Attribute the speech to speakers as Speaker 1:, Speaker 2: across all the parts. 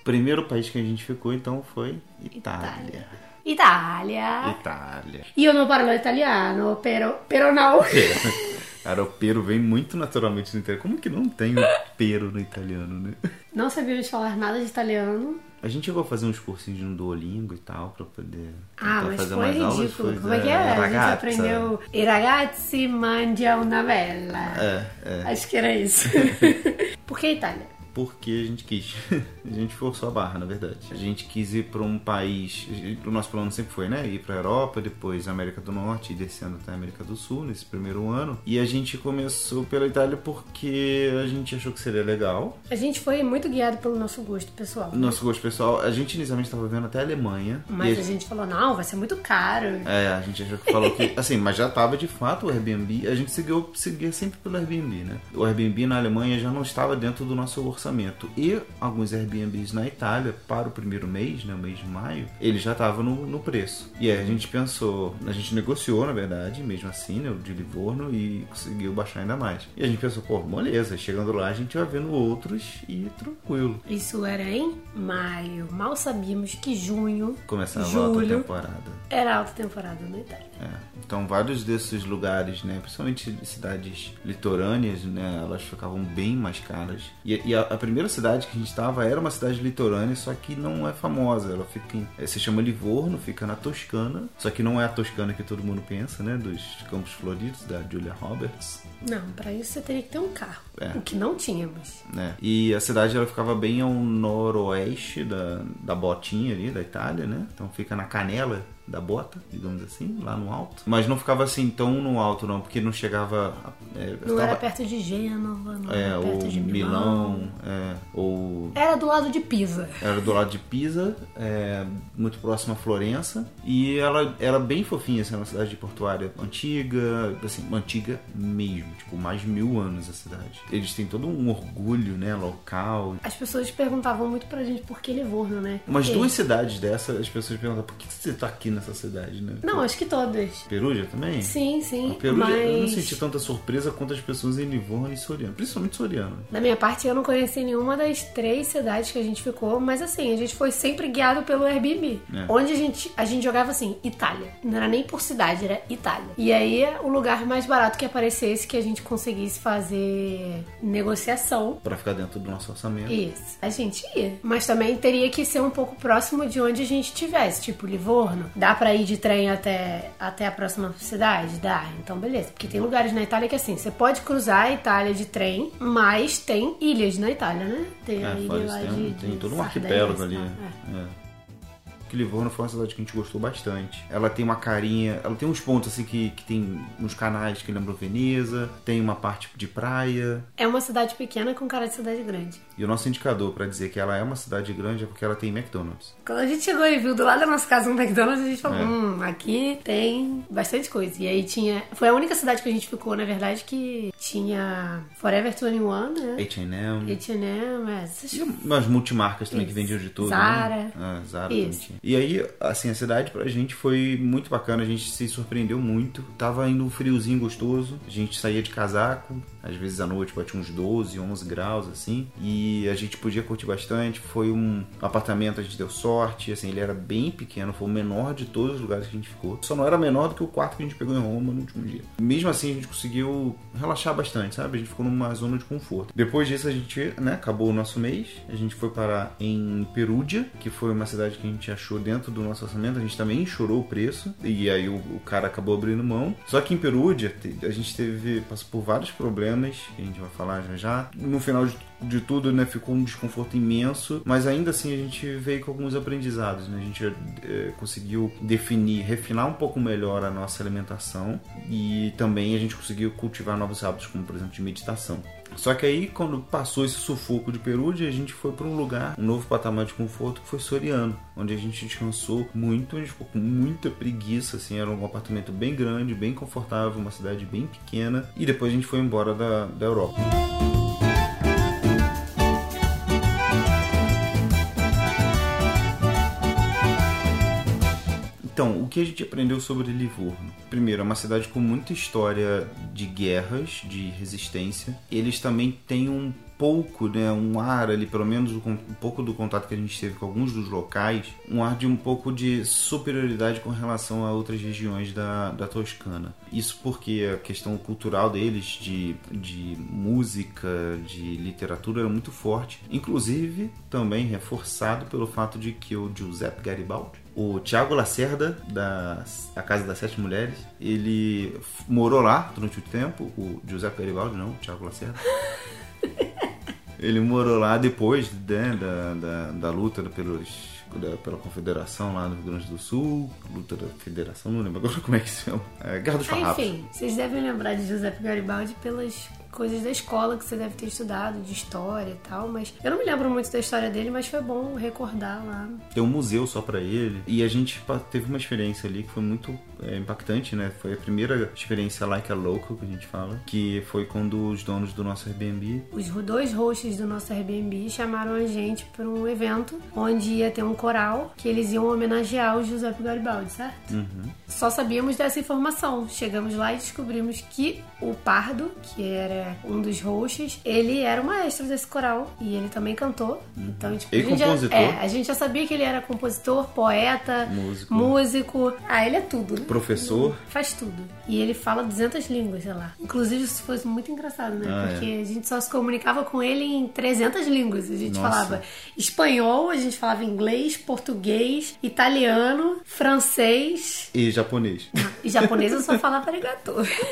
Speaker 1: primeiro país que a gente ficou, então, foi Itália.
Speaker 2: Io non parlo italiano, pero não.
Speaker 1: Cara, o pero vem muito naturalmente no italiano. Como que não tem o pero no italiano, né?
Speaker 2: Não sabíamos falar nada de italiano.
Speaker 1: A gente chegou a fazer uns cursinhos no Duolingo e tal, pra poder
Speaker 2: mas
Speaker 1: fazer
Speaker 2: foi
Speaker 1: umas
Speaker 2: ridículo.
Speaker 1: aulas.
Speaker 2: Como é que é? A gente aprendeu I ragazzi mangiano una vela. Acho que era isso. Por que Itália?
Speaker 1: Porque a gente quis. A gente forçou a barra, na verdade. A gente quis ir para um país... O nosso plano sempre foi, né? Ir para a Europa, depois a América do Norte e descendo até a América do Sul, nesse primeiro ano. E a gente começou pela Itália porque a gente achou que seria legal.
Speaker 2: A gente foi muito guiado pelo nosso gosto pessoal.
Speaker 1: Nosso gosto pessoal. A gente inicialmente estava vendo até a Alemanha.
Speaker 2: Mas a gente falou, não, vai ser muito caro.
Speaker 1: A gente achou que falou que... Assim, mas já estava de fato o Airbnb. A gente seguia sempre pelo Airbnb, né? O Airbnb na Alemanha já não estava dentro do nosso orçamento. E alguns Airbnbs na Itália, para o primeiro mês, né, o mês de maio, ele já estava no preço. E aí a gente pensou, a gente negociou, na verdade, mesmo assim, né, o de Livorno, e conseguiu baixar ainda mais. E a gente pensou, beleza, chegando lá a gente vai vendo outros e tranquilo.
Speaker 2: Isso era em maio. Mal sabíamos que junho,
Speaker 1: começava
Speaker 2: julho,
Speaker 1: a alta temporada.
Speaker 2: Era alta temporada na Itália.
Speaker 1: Então vários desses lugares, né, principalmente cidades litorâneas, né, elas ficavam bem mais caras. E a primeira cidade que a gente estava era uma cidade litorânea, só que não é famosa. Ela fica se chama Livorno, fica na Toscana, só que não é a Toscana que todo mundo pensa, né, dos Campos Floridos, da Julia Roberts.
Speaker 2: Não, para isso você teria que ter um carro, o que não tínhamos.
Speaker 1: E a cidade ela ficava bem ao noroeste da botinha ali, da Itália, né, então fica na canela da bota, digamos assim, lá no alto. Mas não ficava assim tão no alto não, porque não chegava...
Speaker 2: não era perto de Gênova, não era perto de
Speaker 1: Milão. Ou...
Speaker 2: Era do lado de Pisa.
Speaker 1: Era do lado de Pisa, muito próximo a Florença. E ela era bem fofinha, assim, uma cidade portuária antiga, assim, antiga mesmo, tipo, mais de 1000 anos a cidade. Eles têm todo um orgulho, né, local.
Speaker 2: As pessoas perguntavam muito pra gente por que Livorno, né?
Speaker 1: Umas 2 cidades dessas, as pessoas perguntavam, por que você tá aqui nessa cidade, né?
Speaker 2: Não, acho que todas.
Speaker 1: Perugia também?
Speaker 2: Sim.
Speaker 1: Perugia, eu não senti tanta surpresa quanto as pessoas em Livorno e Soriano, principalmente Soriano.
Speaker 2: Da minha parte, eu não conheci nenhuma das 3 cidades que a gente ficou, mas assim, a gente foi sempre guiado pelo Airbnb. Onde a gente jogava assim, Itália. Não era nem por cidade, era Itália. E aí, o lugar mais barato que aparecesse, que a gente conseguisse fazer negociação.
Speaker 1: Pra ficar dentro do nosso orçamento.
Speaker 2: Isso. A gente ia. Mas também teria que ser um pouco próximo de onde a gente estivesse. Tipo, Livorno. Dá pra ir de trem até a próxima cidade? Dá. Então, beleza. Porque tem lugares na Itália que assim, você pode cruzar a Itália de trem, mas tem ilhas na Itália, né? Tem a ilha lá
Speaker 1: tem todo um arquipélago ali. Que Livorno foi uma cidade que a gente gostou bastante. Ela tem uma carinha... Ela tem uns pontos assim que tem uns canais que lembram Veneza. Tem uma parte de praia.
Speaker 2: É uma cidade pequena com cara de cidade grande.
Speaker 1: E o nosso indicador pra dizer que ela é uma cidade grande é porque ela tem McDonald's.
Speaker 2: Quando a gente chegou e viu do lado da nossa casa um McDonald's, a gente falou, aqui tem bastante coisa. E aí tinha... Foi a única cidade que a gente ficou, na verdade, que tinha Forever 21, né?
Speaker 1: H&M.
Speaker 2: Essas...
Speaker 1: E umas multimarcas também que vendiam de tudo.
Speaker 2: Zara.
Speaker 1: Né? Zara também tinha. E aí, assim, a cidade pra gente foi muito bacana, a gente se surpreendeu muito. Tava indo um friozinho gostoso, a gente saía de casaco, às vezes à noite batia uns 12, 11 graus, assim, e a gente podia curtir bastante. Foi um apartamento, a gente deu sorte, assim, ele era bem pequeno, foi o menor de todos os lugares que a gente ficou. Só não era menor do que o quarto que a gente pegou em Roma no último dia. Mesmo assim, a gente conseguiu relaxar bastante, sabe? A gente ficou numa zona de conforto. Depois disso, a gente, né, acabou o nosso mês, a gente foi parar em Perugia, que foi uma cidade que a gente achou dentro do nosso orçamento. A gente também chorou o preço e aí o cara acabou abrindo mão. Só que em Perugia a gente passou por vários problemas que a gente vai falar já. No final de tudo, né, ficou um desconforto imenso, mas ainda assim a gente veio com alguns aprendizados, né? A gente conseguiu refinar um pouco melhor a nossa alimentação e também a gente conseguiu cultivar novos hábitos, como por exemplo de meditação. Só que aí, quando passou esse sufoco de Perugia, a gente foi para um novo patamar de conforto, que foi Soriano, onde a gente descansou muito, a gente ficou com muita preguiça, assim, era um apartamento bem grande, bem confortável, uma cidade bem pequena, e depois a gente foi embora da Europa. Então, o que a gente aprendeu sobre Livorno? Primeiro, é uma cidade com muita história de guerras, de resistência. Eles também têm um pouco, né, um ar ali, pelo menos um pouco do contato que a gente teve com alguns dos locais, um ar de um pouco de superioridade com relação a outras regiões da Toscana. Isso porque a questão cultural deles, de música, de literatura, era muito forte. Inclusive, também reforçado pelo fato de que o Giuseppe Garibaldi, o Tiago Lacerda, da Casa das Sete Mulheres, ele morou lá durante o tempo. O Giuseppe Garibaldi, não, o Tiago Lacerda. Ele morou lá depois, né, da luta pela Confederação lá no Rio Grande do Sul, luta da Federação, não lembro agora como é que se chama. Guerra dos Farrapos.
Speaker 2: Enfim, vocês devem lembrar de Giuseppe Garibaldi pelas coisas da escola que você deve ter estudado, de história e tal, mas eu não me lembro muito da história dele, mas foi bom recordar lá.
Speaker 1: Tem um museu só pra ele, e a gente teve uma experiência ali que foi muito impactante, né? Foi a primeira experiência like a local que a gente fala, que foi quando os donos do nosso Airbnb,
Speaker 2: os dois hosts do nosso Airbnb chamaram a gente para um evento onde ia ter um coral que eles iam homenagear o Giuseppe Garibaldi, certo?
Speaker 1: Uhum.
Speaker 2: Só sabíamos dessa informação. Chegamos lá e descobrimos que o Pardo, que era um dos hosts, ele era o maestro desse coral e ele também cantou. Então, tipo,
Speaker 1: e compositor.
Speaker 2: A gente já sabia que ele era compositor, poeta, músico. Ele é tudo, né?
Speaker 1: Professor.
Speaker 2: Faz tudo. E ele fala 200 línguas, sei lá. Inclusive, isso foi muito engraçado, né? Porque a gente só se comunicava com ele em 300 línguas. A gente falava espanhol, a gente falava inglês, português, italiano, francês...
Speaker 1: E japonês.
Speaker 2: E japonês eu só falava arigato.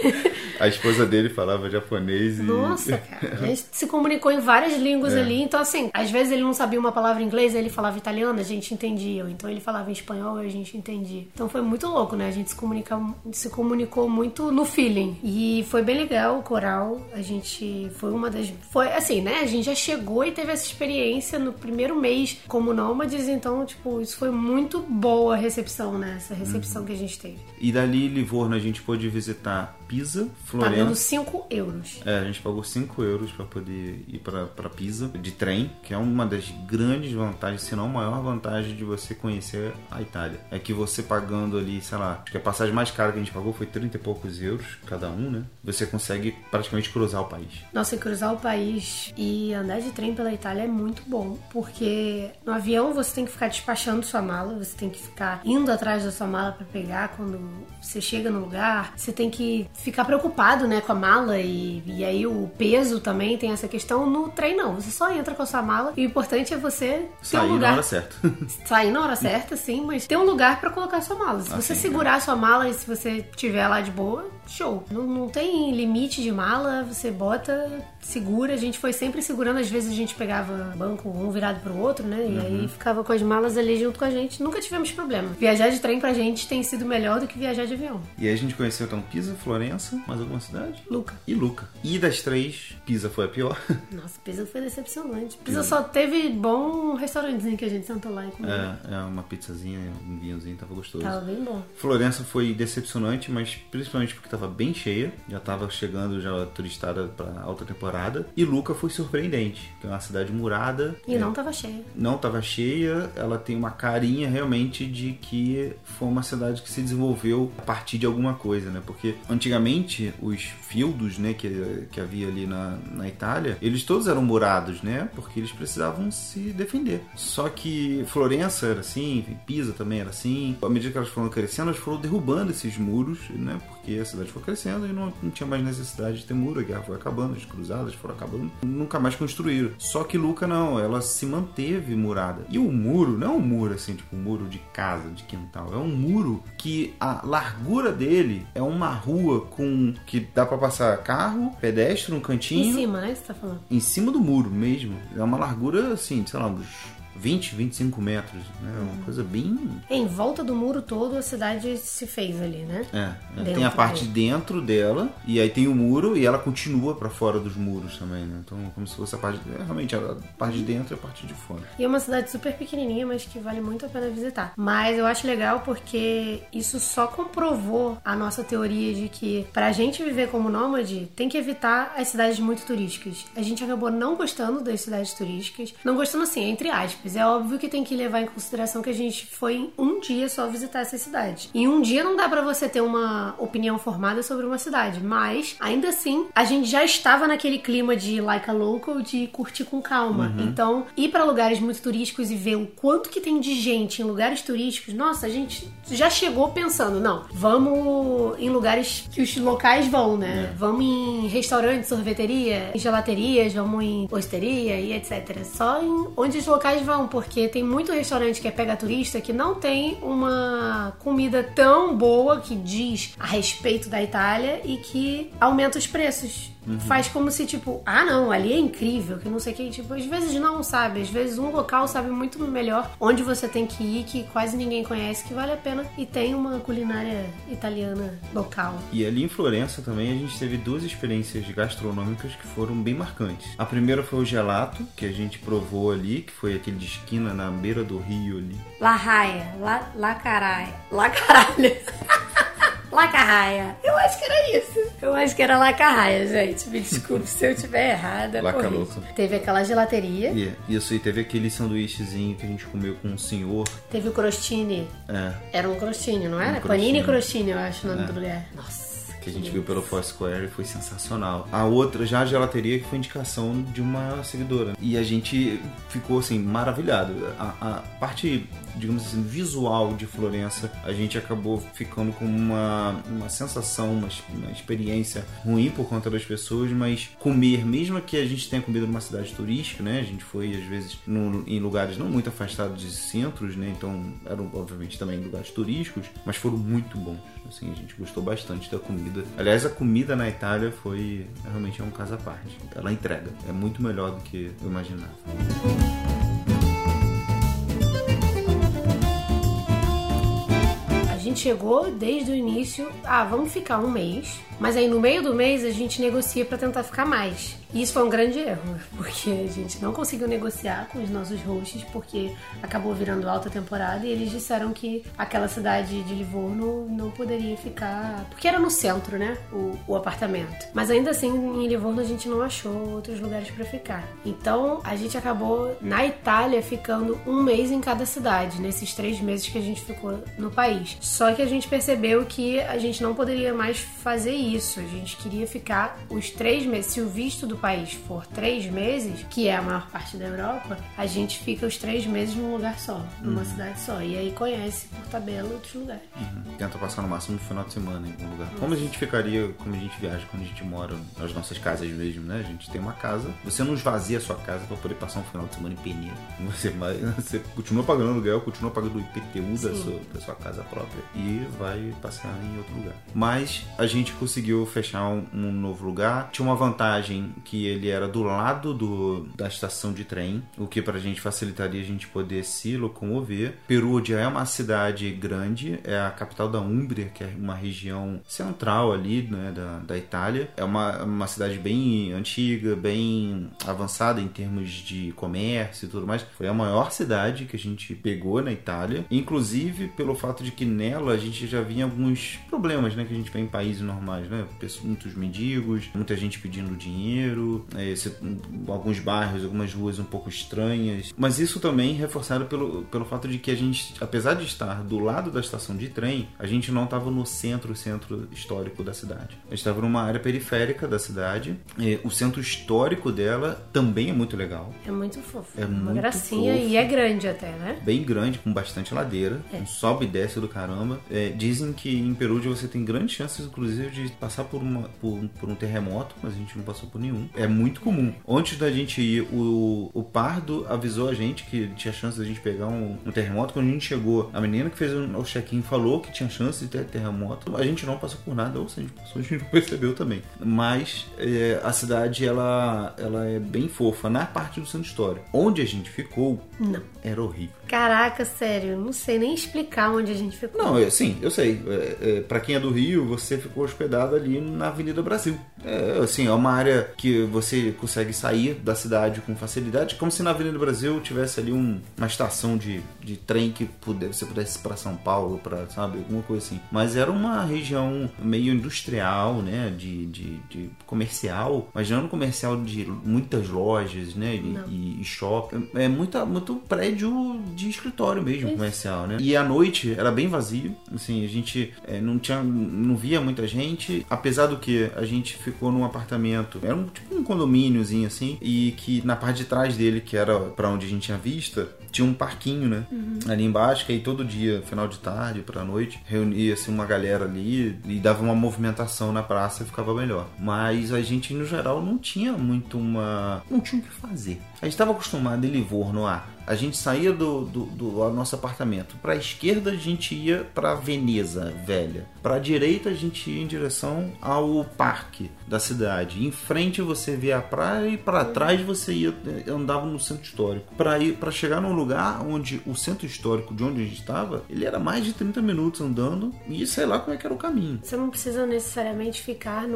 Speaker 1: A esposa dele falava japonês e...
Speaker 2: Nossa, cara. A gente se comunicou em várias línguas ali. Então, assim, às vezes ele não sabia uma palavra em inglês, ele falava italiano, a gente entendia. Ou então ele falava em espanhol e a gente entendia. Então foi muito louco, né? A gente se comunicou muito no feeling. E foi bem legal o coral. A gente foi uma das... Foi assim, né? A gente já chegou e teve essa experiência no primeiro mês como nômades. Então, tipo, isso foi muito boa a recepção, né? Essa recepção que a gente teve.
Speaker 1: E dali, Livorno, a gente pôde visitar Pisa, Florença.
Speaker 2: Pagando 5 euros.
Speaker 1: A gente pagou 5 euros para poder ir para Pisa de trem, que é uma das grandes vantagens, se não a maior vantagem de você conhecer a Itália. É que você pagando ali, sei lá, acho que a passagem mais cara que a gente pagou foi 30 e poucos euros cada um, né? Você consegue praticamente cruzar o país.
Speaker 2: Nossa, cruzar o país e andar de trem pela Itália é muito bom, porque no avião você tem que ficar despachando sua mala, você tem que ficar indo atrás da sua mala para pegar quando você chega no lugar, você tem que ficar preocupado, né, com a mala e aí o peso também tem essa questão. No trem não, você só entra com a sua mala e o importante é você ter um lugar...
Speaker 1: na hora certa.
Speaker 2: Sair na hora certa, sim, mas ter um lugar pra colocar a sua mala. Se você segurar a sua mala e se você tiver lá de boa, show. Não tem limite de mala, você bota, segura. A gente foi sempre segurando, às vezes a gente pegava banco um virado pro outro, né, e aí ficava com as malas ali junto com a gente. Nunca tivemos problema. Viajar de trem pra gente tem sido melhor do que viajar de avião.
Speaker 1: E aí a gente conheceu então Pisa, Florença, mais alguma cidade?
Speaker 2: Luca.
Speaker 1: E das três, Pisa foi a pior.
Speaker 2: Nossa, Pisa foi decepcionante. Pisa só teve bom restaurantezinho que a gente sentou lá e comeu.
Speaker 1: Uma pizzazinha, um vinhozinho, tava gostoso.
Speaker 2: Tava bem bom.
Speaker 1: Florença foi decepcionante, mas principalmente porque tava bem cheia. Já tava chegando já turistada pra alta temporada. E Luca foi surpreendente, que é uma cidade murada.
Speaker 2: E não tava cheia.
Speaker 1: Não tava cheia, ela tem uma carinha realmente de que foi uma cidade que se desenvolveu a partir de alguma coisa, né? Porque antigamente os fieldos, né, que havia ali na Itália, eles todos eram murados, né? Porque eles precisavam se defender. Só que Florença era assim, Pisa também era assim. À medida que elas foram crescendo, elas foram derrubando esses muros, né? Porque a cidade foi crescendo e não tinha mais necessidade de ter muro. A guerra foi acabando, as cruzadas foram acabando. Nunca mais construíram. Só que Luca não, ela se manteve murada. E o muro não é um muro assim, tipo um muro de casa, de quintal. É um muro que a largura dele é uma rua que dá pra passar carro, pedestre, um cantinho.
Speaker 2: Em cima, né? Você tá falando?
Speaker 1: Em cima do muro mesmo. É uma largura assim, sei lá, uns 20, 25 metros, né? Uma coisa bem...
Speaker 2: Em volta do muro todo a cidade se fez ali, né?
Speaker 1: Tem a parte dentro dela, e aí tem o muro, e ela continua pra fora dos muros também, né? Então, como se fosse a parte... realmente, a parte de dentro e a parte de fora.
Speaker 2: E é uma cidade super pequenininha, mas que vale muito a pena visitar. Mas eu acho legal porque isso só comprovou a nossa teoria de que pra gente viver como nômade, tem que evitar as cidades muito turísticas. A gente acabou não gostando das cidades turísticas. Não gostando assim, entre aspas, aspas. É óbvio que tem que levar em consideração que a gente foi em um dia só visitar essa cidade. Em um dia não dá pra você ter uma opinião formada sobre uma cidade, mas ainda assim a gente já estava naquele clima de like a local, de curtir com calma. Então, ir pra lugares muito turísticos e ver o quanto que tem de gente em lugares turísticos, nossa, a gente já chegou pensando, não, vamos em lugares que os locais vão, né? Vamos em restaurantes, sorveteria, em gelaterias, vamos em osteria e etc. Só em onde os locais vão, porque tem muito restaurante que é pega turista que não tem uma comida tão boa que diz a respeito da Itália e que aumenta os preços. Faz como se, tipo, não, ali é incrível, que não sei o que. Tipo, às vezes não, sabe? Às vezes um local sabe muito melhor onde você tem que ir, que quase ninguém conhece, que vale a pena. E tem uma culinária italiana local.
Speaker 1: E ali em Florença também a gente teve 2 experiências gastronômicas que foram bem marcantes. A primeira foi o gelato, que a gente provou ali, que foi aquele de esquina na beira do rio ali.
Speaker 2: La Raia, La Caralho. La Caralho. La Carraia. Eu acho que era isso. Eu acho que era La Carraia, gente. Me desculpe se eu estiver errada.
Speaker 1: La Caloto.
Speaker 2: Teve aquela gelateria.
Speaker 1: Isso, e teve aquele sanduíchezinho que a gente comeu com um senhor.
Speaker 2: Teve o crostini. Era um crostini, não era? Panini crostini, eu acho o nome do lugar. Nossa.
Speaker 1: Que a gente viu pelo Foursquare e foi sensacional. A outra, já a gelateria, que foi indicação de uma seguidora. E a gente ficou, assim, maravilhado. A parte, digamos assim, visual de Florença, a gente acabou ficando com uma sensação, uma experiência ruim por conta das pessoas, mas comer, mesmo que a gente tenha comido numa cidade turística, né? A gente foi, às vezes, em lugares não muito afastados de centros, né? Então, eram, obviamente, também lugares turísticos, mas foram muito bons. Assim, a gente gostou bastante da comida. Aliás, a comida na Itália foi realmente um caso à parte. Ela entrega. É muito melhor do que eu imaginava.
Speaker 2: A gente chegou desde o início, vamos ficar um mês, mas aí no meio do mês a gente negocia pra tentar ficar mais. E isso foi um grande erro, porque a gente não conseguiu negociar com os nossos hosts, porque acabou virando alta temporada e eles disseram que aquela cidade de Livorno não poderia ficar... Porque era no centro, né, o apartamento. Mas ainda assim, em Livorno a gente não achou outros lugares pra ficar. Então, a gente acabou, na Itália, ficando um mês em cada cidade, nesses 3 meses que a gente ficou no país. Só que a gente percebeu que a gente não poderia mais fazer isso. A gente queria ficar os 3 meses. Se o visto do país for 3 meses, que é a maior parte da Europa, a gente fica os 3 meses num lugar só, numa cidade só. E aí conhece por tabela outros lugares.
Speaker 1: Tenta passar no máximo um final de semana em algum lugar. Como a gente ficaria, como a gente viaja quando a gente mora nas nossas casas mesmo, né? A gente tem uma casa. Você não esvazia a sua casa pra poder passar um final de semana em Peneira. Você continua pagando aluguel, continua pagando o IPTU da sua casa própria e vai passear em outro lugar. Mas a gente conseguiu fechar um novo lugar. Tinha uma vantagem que ele era do lado da estação de trem, o que pra gente facilitaria a gente poder se locomover. Perugia é uma cidade grande, é a capital da Úmbria, que é uma região central ali, né, da Itália. É uma cidade bem antiga, bem avançada em termos de comércio e tudo mais. Foi a maior cidade que a gente pegou na Itália, inclusive pelo fato de que nela a gente já via alguns problemas, né, que a gente vê em países normais, né? Muitos mendigos, muita gente pedindo dinheiro, alguns bairros, algumas ruas um pouco estranhas, mas isso também reforçado pelo fato de que a gente, apesar de estar do lado da estação de trem, a gente não estava no centro histórico da cidade. A gente estava numa área periférica da cidade. O centro histórico dela também é muito legal.
Speaker 2: É muito fofo.
Speaker 1: É
Speaker 2: uma
Speaker 1: muito
Speaker 2: gracinha fofo. E é grande até, né?
Speaker 1: Bem grande, com bastante ladeira. Um sobe e desce do caramba. Dizem que em Perugia você tem grandes chances, inclusive, de passar por um terremoto, mas a gente não passou por nenhum. É muito comum. Antes da gente ir, o Pardo avisou a gente que tinha chance da gente pegar um terremoto. Quando a gente chegou, a menina que fez o check-in falou que tinha chance de ter terremoto. A gente não passou por nada, ou se a gente passou, a gente não percebeu também. Mas a cidade, ela é bem fofa na parte do centro histórico. Onde a gente ficou,
Speaker 2: não.
Speaker 1: Era horrível.
Speaker 2: Caraca, sério, não sei nem explicar onde a gente ficou.
Speaker 1: Não, sim, eu sei. Pra quem é do Rio, você ficou hospedado ali na Avenida Brasil. É uma área que que você consegue sair da cidade com facilidade, como se na Avenida do Brasil tivesse ali uma estação de trem que você pudesse ir para São Paulo, para, sabe, alguma coisa assim. Mas era uma região meio industrial, né, de comercial, mas não comercial de muitas lojas, né, e shopping. É muito prédio de escritório mesmo, comercial, né. E à noite era bem vazio, assim, a gente não via muita gente, apesar do que a gente ficou num apartamento, era tipo um condomíniozinho assim, e que na parte de trás dele, que era pra onde a gente tinha vista, tinha um parquinho, né? Ali embaixo, que aí todo dia, final de tarde pra noite, reunia-se uma galera ali e dava uma movimentação na praça e ficava melhor. Mas a gente, no geral, não tinha muito não tinha o que fazer. A gente estava acostumado em Livorno a gente saía do nosso apartamento. Para a esquerda a gente ia para Veneza Velha. Para a direita a gente ia em direção ao parque da cidade. Em frente você via a praia e para trás você andava no centro histórico. Para chegar num lugar onde o centro histórico de onde a gente estava, ele era mais de 30 minutos andando e sei lá como é que era o caminho.
Speaker 2: Você não precisa necessariamente ficar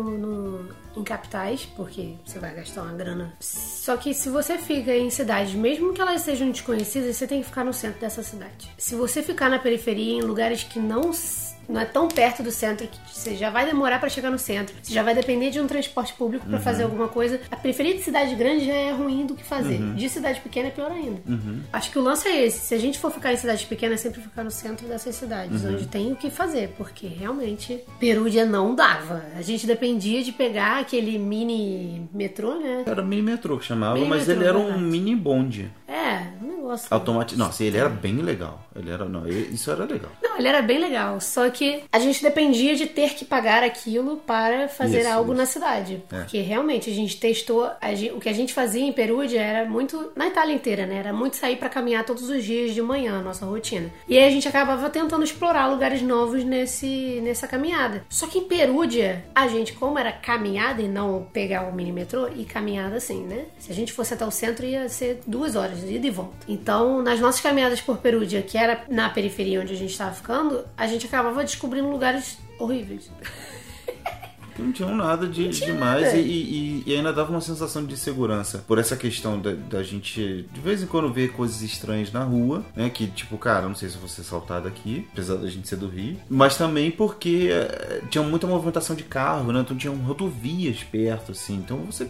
Speaker 2: em capitais, porque você vai gastar uma grana. Só que se você fica em cidades, mesmo que elas sejam desconhecidas, você tem que ficar no centro dessa cidade. Se você ficar na periferia, em lugares que não é tão perto do centro, que você já vai demorar pra chegar no centro, você já vai depender de um transporte público pra fazer alguma coisa. A periferia de cidade grande já é ruim do que fazer. De cidade pequena é pior ainda. Acho que o lance é esse. Se a gente for ficar em cidades pequenas, é sempre ficar no centro dessas cidades, onde tem o que fazer, porque realmente Perúdia não dava. A gente dependia de pegar aquele mini metrô, né?
Speaker 1: Era mini metrô que chamava, mas ele era um mini bonde.
Speaker 2: Um negócio
Speaker 1: automático. Nossa, ele era bem legal. Isso era legal.
Speaker 2: Não, ele era bem legal. Só que a gente dependia de ter que pagar aquilo para fazer algo na cidade. Porque realmente a gente testou. O que a gente fazia em Perúdia era muito. Na Itália inteira, né? Era muito sair pra caminhar todos os dias de manhã, a nossa rotina. E aí a gente acabava tentando explorar lugares novos nessa caminhada. Só que em Perúdia, a gente, como era caminhada e não pegar o mini metrô, e caminhada assim, né? Se a gente fosse até o centro, ia ser 2 horas de ida e volta. Então, nas nossas caminhadas por Perúdia, que era na periferia onde a gente estava ficando, a gente acabava descobrindo lugares horríveis.
Speaker 1: Não tinham nada demais e ainda dava uma sensação de segurança por essa questão da gente de vez em quando ver coisas estranhas na rua, né? Que tipo, cara, não sei se eu vou ser assaltado aqui, apesar da gente ser do Rio, mas também porque tinha muita movimentação de carro, né? Então tinham rodovias perto, assim. Então você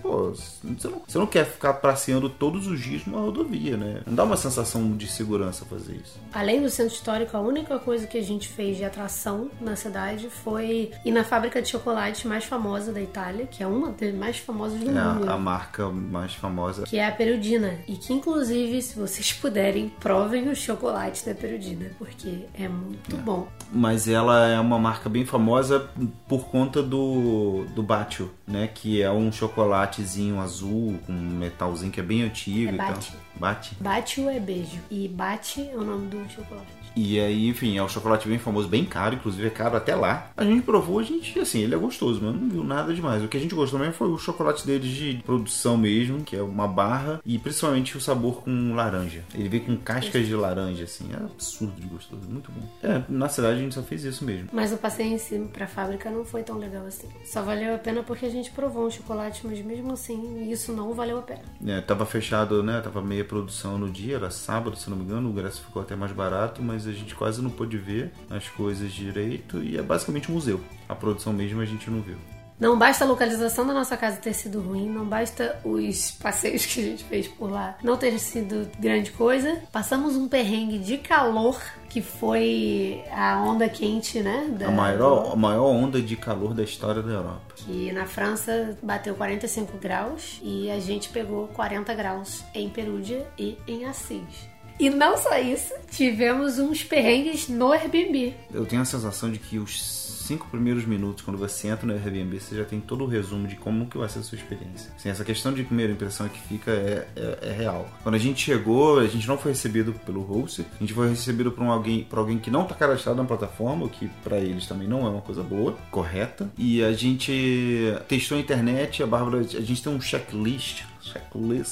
Speaker 1: não quer ficar passeando todos os dias numa rodovia, né? Não dá uma sensação de segurança fazer isso.
Speaker 2: Além do centro histórico, a única coisa que a gente fez de atração na cidade foi ir na fábrica de chocolate mais famosa da Itália, que é uma das mais famosas do mundo.
Speaker 1: A marca mais famosa.
Speaker 2: Que é a Perudina. E que, inclusive, se vocês puderem, provem o chocolate da Perudina, porque é muito bom.
Speaker 1: Mas ela é uma marca bem famosa por conta do Bacio, né? Que é um chocolatezinho azul com um metalzinho que é bem antigo. Bate.
Speaker 2: Bacio é beijo. E Bate é o nome do chocolate.
Speaker 1: E aí, enfim, é um chocolate bem famoso, bem caro, inclusive é caro até lá. A gente provou, assim, ele é gostoso, mas não viu nada demais. O que a gente gostou mesmo foi o chocolate deles de produção mesmo, que é uma barra, e principalmente o sabor com laranja. Ele veio com cascas de laranja, assim, é absurdo de gostoso, muito bom. Na cidade a gente só fez isso mesmo.
Speaker 2: Mas o passeio em cima pra fábrica não foi tão legal assim. Só valeu a pena porque a gente provou um chocolate, mas mesmo assim, isso não valeu a pena.
Speaker 1: Tava fechado, né, tava meia produção no dia, era sábado, se não me engano, o ingresso ficou até mais barato, mas a gente quase não pôde ver as coisas direito e é basicamente um museu. A produção mesmo a gente não viu.
Speaker 2: Não basta a localização da nossa casa ter sido ruim, não basta os passeios que a gente fez por lá não ter sido grande coisa. Passamos um perrengue de calor, que foi a onda quente, né?
Speaker 1: A maior onda de calor da história da Europa.
Speaker 2: Que na França bateu 45 graus e a gente pegou 40 graus em Perúdia e em Assis. E não só isso, tivemos uns perrengues no Airbnb.
Speaker 1: Eu tenho a sensação de que os 5 primeiros minutos, quando você entra no Airbnb, você já tem todo o resumo de como que vai ser a sua experiência. Assim, essa questão de primeira impressão que fica é real. Quando a gente chegou, a gente não foi recebido pelo host, a gente foi recebido por alguém que não está cadastrado na plataforma, o que para eles também não é uma coisa boa, correta. E a gente testou a internet, a gente tem um checklist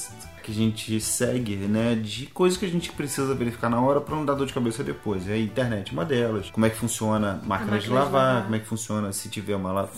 Speaker 1: que a gente segue, né, de coisas que a gente precisa verificar na hora pra não dar dor de cabeça depois. E a internet é uma delas. Como é que funciona a máquina de lavar, como é que funciona se tiver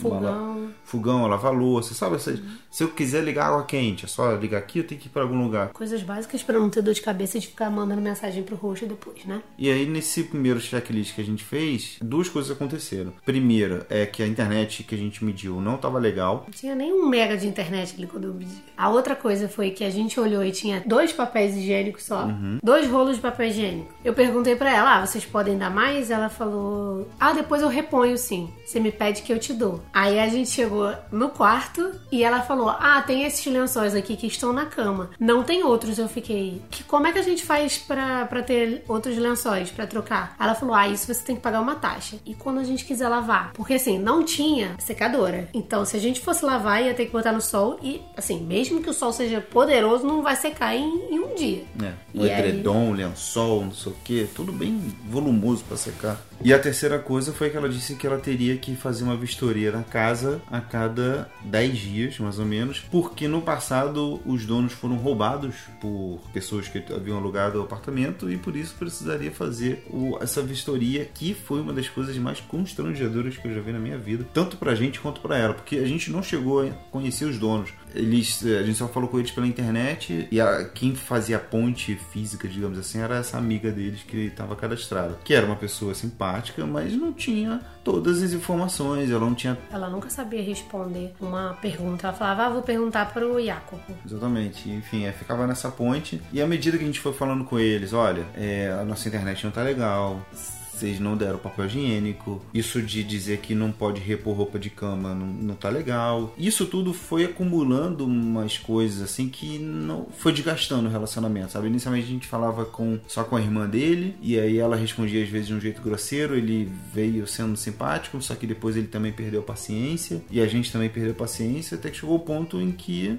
Speaker 1: fogão, lavar louça, sabe? Se eu quiser ligar água quente, é só ligar aqui, eu tenho que ir pra algum lugar.
Speaker 2: Coisas básicas pra não ter dor de cabeça e de ficar mandando mensagem pro host depois, né?
Speaker 1: E aí, nesse primeiro checklist que a gente fez, duas coisas aconteceram. Primeiro é que a internet que a gente mediu não estava legal.
Speaker 2: Não tinha nem 1 mega de internet ali quando eu medi. A outra coisa foi que a gente olhou e tinha 2 papéis higiênicos só. 2 rolos de papel higiênico. Eu perguntei pra ela, vocês podem dar mais? Ela falou, depois eu reponho sim. Você me pede que eu te dou. Aí a gente chegou no quarto e ela falou, tem esses lençóis aqui que estão na cama. Não tem outros. Eu fiquei, como é que a gente faz pra ter outros lençóis pra trocar? Ela falou, isso você tem que pagar uma taxa. E quando a gente quiser lavar? Porque assim, não tinha secadora. Então, se a gente fosse lavar, ia ter que botar no sol e, assim, mesmo que o sol seja poderoso, não vai secar em um dia.
Speaker 1: O edredom, lençol, não sei o que, tudo bem volumoso pra secar. E a terceira coisa foi que ela disse que ela teria que fazer uma vistoria na casa a cada 10 dias, mais ou menos, porque no passado os donos foram roubados por pessoas que haviam alugado o apartamento e por isso precisaria fazer essa vistoria, que foi uma das coisas mais constrangedoras que eu já vi na minha vida, tanto pra gente quanto pra ela, porque a gente não chegou a conhecer os donos. A gente só falou com eles pela internet e quem fazia a ponte física, digamos assim, era essa amiga deles que estava cadastrada, que era uma pessoa simpática, mas não tinha todas as informações, ela
Speaker 2: nunca sabia responder uma pergunta. Ela falava, vou perguntar pro Jacopo.
Speaker 1: Exatamente, enfim, ficava nessa ponte e à medida que a gente foi falando com eles, olha, a nossa internet não tá legal, vocês não deram papel higiênico, isso de dizer que não pode repor roupa de cama não tá legal. Isso tudo foi acumulando umas coisas assim que não foi desgastando o relacionamento, sabe? Inicialmente a gente falava só com a irmã dele, e aí ela respondia às vezes de um jeito grosseiro, ele veio sendo simpático, só que depois ele também perdeu a paciência, e a gente também perdeu a paciência, até que chegou o ponto em que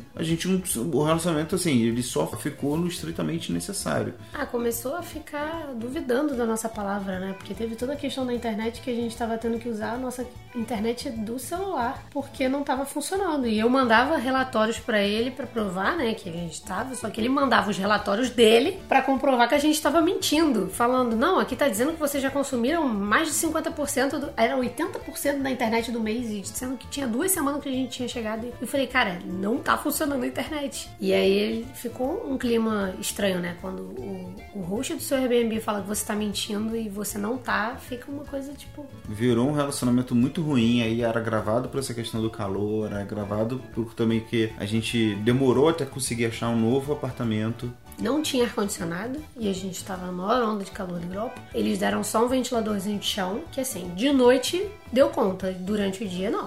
Speaker 1: o relacionamento, assim, ele só ficou no estritamente necessário.
Speaker 2: Começou a ficar duvidando da nossa palavra, né? Porque teve toda a questão da internet que a gente estava tendo que usar a nossa internet do celular porque não estava funcionando. E eu mandava relatórios para ele para provar, né, que a gente estava, só que ele mandava os relatórios dele para comprovar que a gente estava mentindo, falando, não, aqui tá dizendo que vocês já consumiram mais de 50%, era 80% da internet do mês, e dizendo que tinha 2 semanas que a gente tinha chegado. E eu falei, cara, não tá funcionando a internet. E aí ficou um clima estranho, né, quando o host do seu Airbnb fala que você tá mentindo e você não tá, fica uma coisa tipo...
Speaker 1: Virou um relacionamento muito ruim, aí era gravado por essa questão do calor, era gravado por também que a gente demorou até conseguir achar um novo apartamento.
Speaker 2: Não tinha ar-condicionado e a gente estava na maior onda de calor da Europa. Eles deram só um ventiladorzinho de chão, que assim, de noite deu conta, durante o dia não.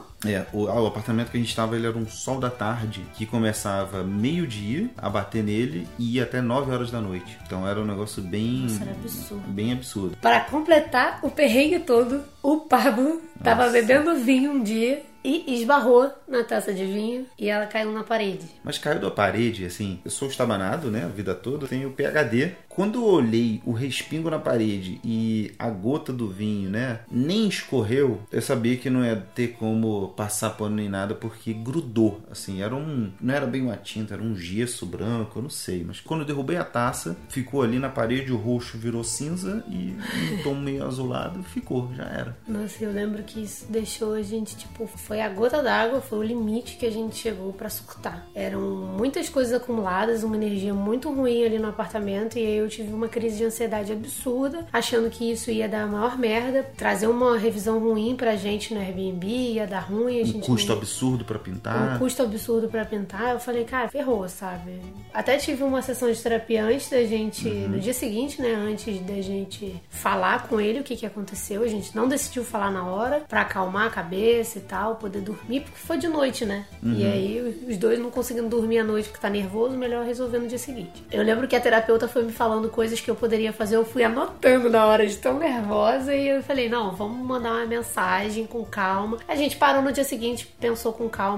Speaker 1: O apartamento que a gente estava, ele era um sol da tarde, que começava meio-dia a bater nele e ia até 9 horas da noite. Então era um negócio bem...
Speaker 2: Nossa, era absurdo.
Speaker 1: Bem absurdo.
Speaker 2: Para completar o perrengue todo, o Pablo tava bebendo vinho um dia e esbarrou na taça de vinho e ela caiu na parede.
Speaker 1: Mas caiu da parede, assim, eu sou estabanado, né, a vida toda, tenho PhD. Quando eu olhei o respingo na parede e a gota do vinho, né, nem escorreu, eu sabia que não ia ter como passar pano nem nada, porque grudou, assim, não era bem uma tinta, era um gesso branco, eu não sei, mas quando eu derrubei a taça, ficou ali na parede, o roxo virou cinza e um tom meio azulado, ficou, já era.
Speaker 2: Nossa, eu lembro que isso deixou a gente, tipo, foi a gota d'água, foi o limite que a gente chegou pra surtar. Eram muitas coisas acumuladas, uma energia muito ruim ali no apartamento, e aí eu tive uma crise de ansiedade absurda, achando que isso ia dar a maior merda, trazer uma revisão ruim pra gente no Airbnb, ia dar ruim. A gente
Speaker 1: custo absurdo pra pintar.
Speaker 2: Um custo absurdo pra pintar. Eu falei, cara, ferrou, sabe? Até tive uma sessão de terapia antes da gente, no dia seguinte, né, antes da gente falar com ele o que aconteceu. A gente não decidiu falar na hora, pra acalmar a cabeça e tal, poder dormir, porque foi de noite, né? E aí os dois não conseguindo dormir à noite porque tá nervoso, melhor resolver no dia seguinte. Eu lembro que a terapeuta foi me falando coisas que eu poderia fazer, eu fui anotando na hora de tão nervosa, e eu falei, não, vamos mandar uma mensagem com calma. A gente parou no dia seguinte, pensou com calma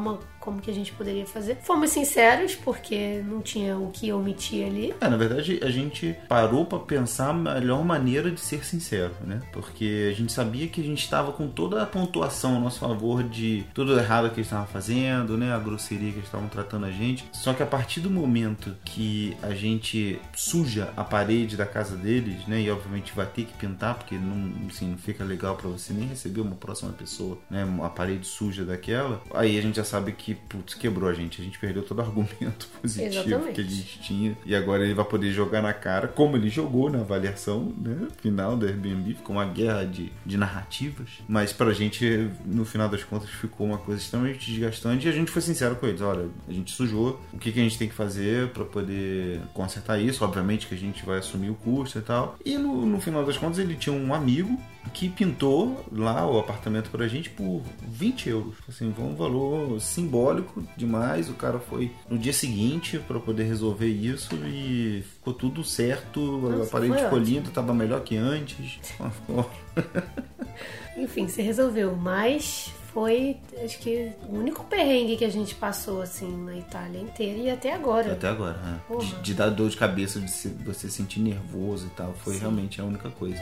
Speaker 2: como que a gente poderia fazer. Fomos sinceros, porque não tinha o que omitir ali.
Speaker 1: Na verdade, a gente parou pra pensar a melhor maneira de ser sincero, né? Porque a gente sabia que a gente estava com toda a pontuação a nosso favor de tudo errado que eles estavam fazendo, né? A grosseria que eles estavam tratando a gente. Só que a partir do momento que a gente suja a parede da casa deles, né? E obviamente vai ter que pintar, porque não fica legal pra você nem receber uma próxima pessoa, né? Uma parede suja daquela. Aí a gente já sabe que, putz, quebrou a gente. A gente perdeu todo o argumento positivo
Speaker 2: Exatamente.
Speaker 1: que a gente tinha. E agora ele vai poder jogar na cara, como ele jogou na avaliação, né? Final do Airbnb. Ficou uma guerra de narrativas. Mas pra gente, no final das contas, ficou uma coisa extremamente desgastante. E a gente foi sincero com eles. Olha, a gente sujou. O que a gente tem que fazer pra poder consertar isso? Obviamente que a gente vai assumir o custo e tal. E no final das contas, ele tinha um amigo que pintou lá o apartamento pra gente por 20 euros. Assim, foi um valor simbólico demais. O cara foi no dia seguinte pra poder resolver isso e ficou tudo certo.
Speaker 2: Nossa,
Speaker 1: a parede ficou
Speaker 2: ótimo.
Speaker 1: linda, tava melhor que antes.
Speaker 2: Enfim, se resolveu, mas foi, acho que, o único perrengue que a gente passou, assim, na Itália inteira e até agora.
Speaker 1: Até agora, né?
Speaker 2: Porra.
Speaker 1: De dar dor de cabeça, de você sentir nervoso e tal. Foi
Speaker 2: Sim.
Speaker 1: realmente a única coisa.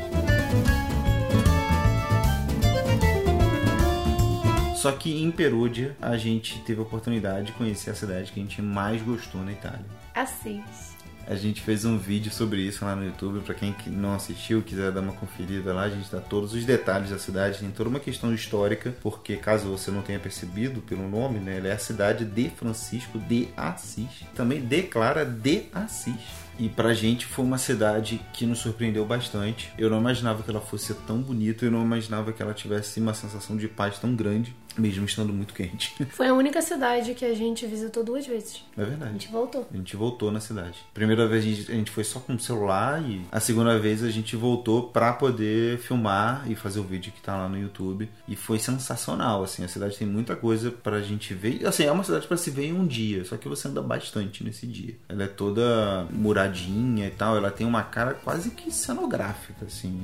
Speaker 1: Só que em Perugia a gente teve a oportunidade de conhecer a cidade que a gente mais gostou na Itália.
Speaker 2: Assis.
Speaker 1: A gente fez um vídeo sobre isso lá no YouTube, pra quem não assistiu, quiser dar uma conferida lá, a gente dá todos os detalhes da cidade, tem toda uma questão histórica, porque caso você não tenha percebido pelo nome, né, ela é a cidade de Francisco de Assis, também declara de Assis. E pra gente foi uma cidade que nos surpreendeu bastante. Eu não imaginava que ela fosse tão bonita, eu não imaginava que ela tivesse uma sensação de paz tão grande, mesmo estando muito quente.
Speaker 2: Foi a única cidade que a gente visitou 2 vezes.
Speaker 1: É
Speaker 2: A
Speaker 1: verdade.
Speaker 2: gente voltou.
Speaker 1: A gente voltou na cidade. Primeira vez a gente foi só com o celular e a segunda vez a gente voltou pra poder filmar e fazer o vídeo que tá lá no YouTube. E foi sensacional, assim. A cidade tem muita coisa pra gente ver. Assim, é uma cidade pra se ver em um dia, só que você anda bastante nesse dia. Ela é toda muradinha e tal. Ela tem uma cara quase que cenográfica, assim.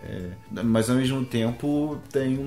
Speaker 1: Mas ao mesmo tempo tem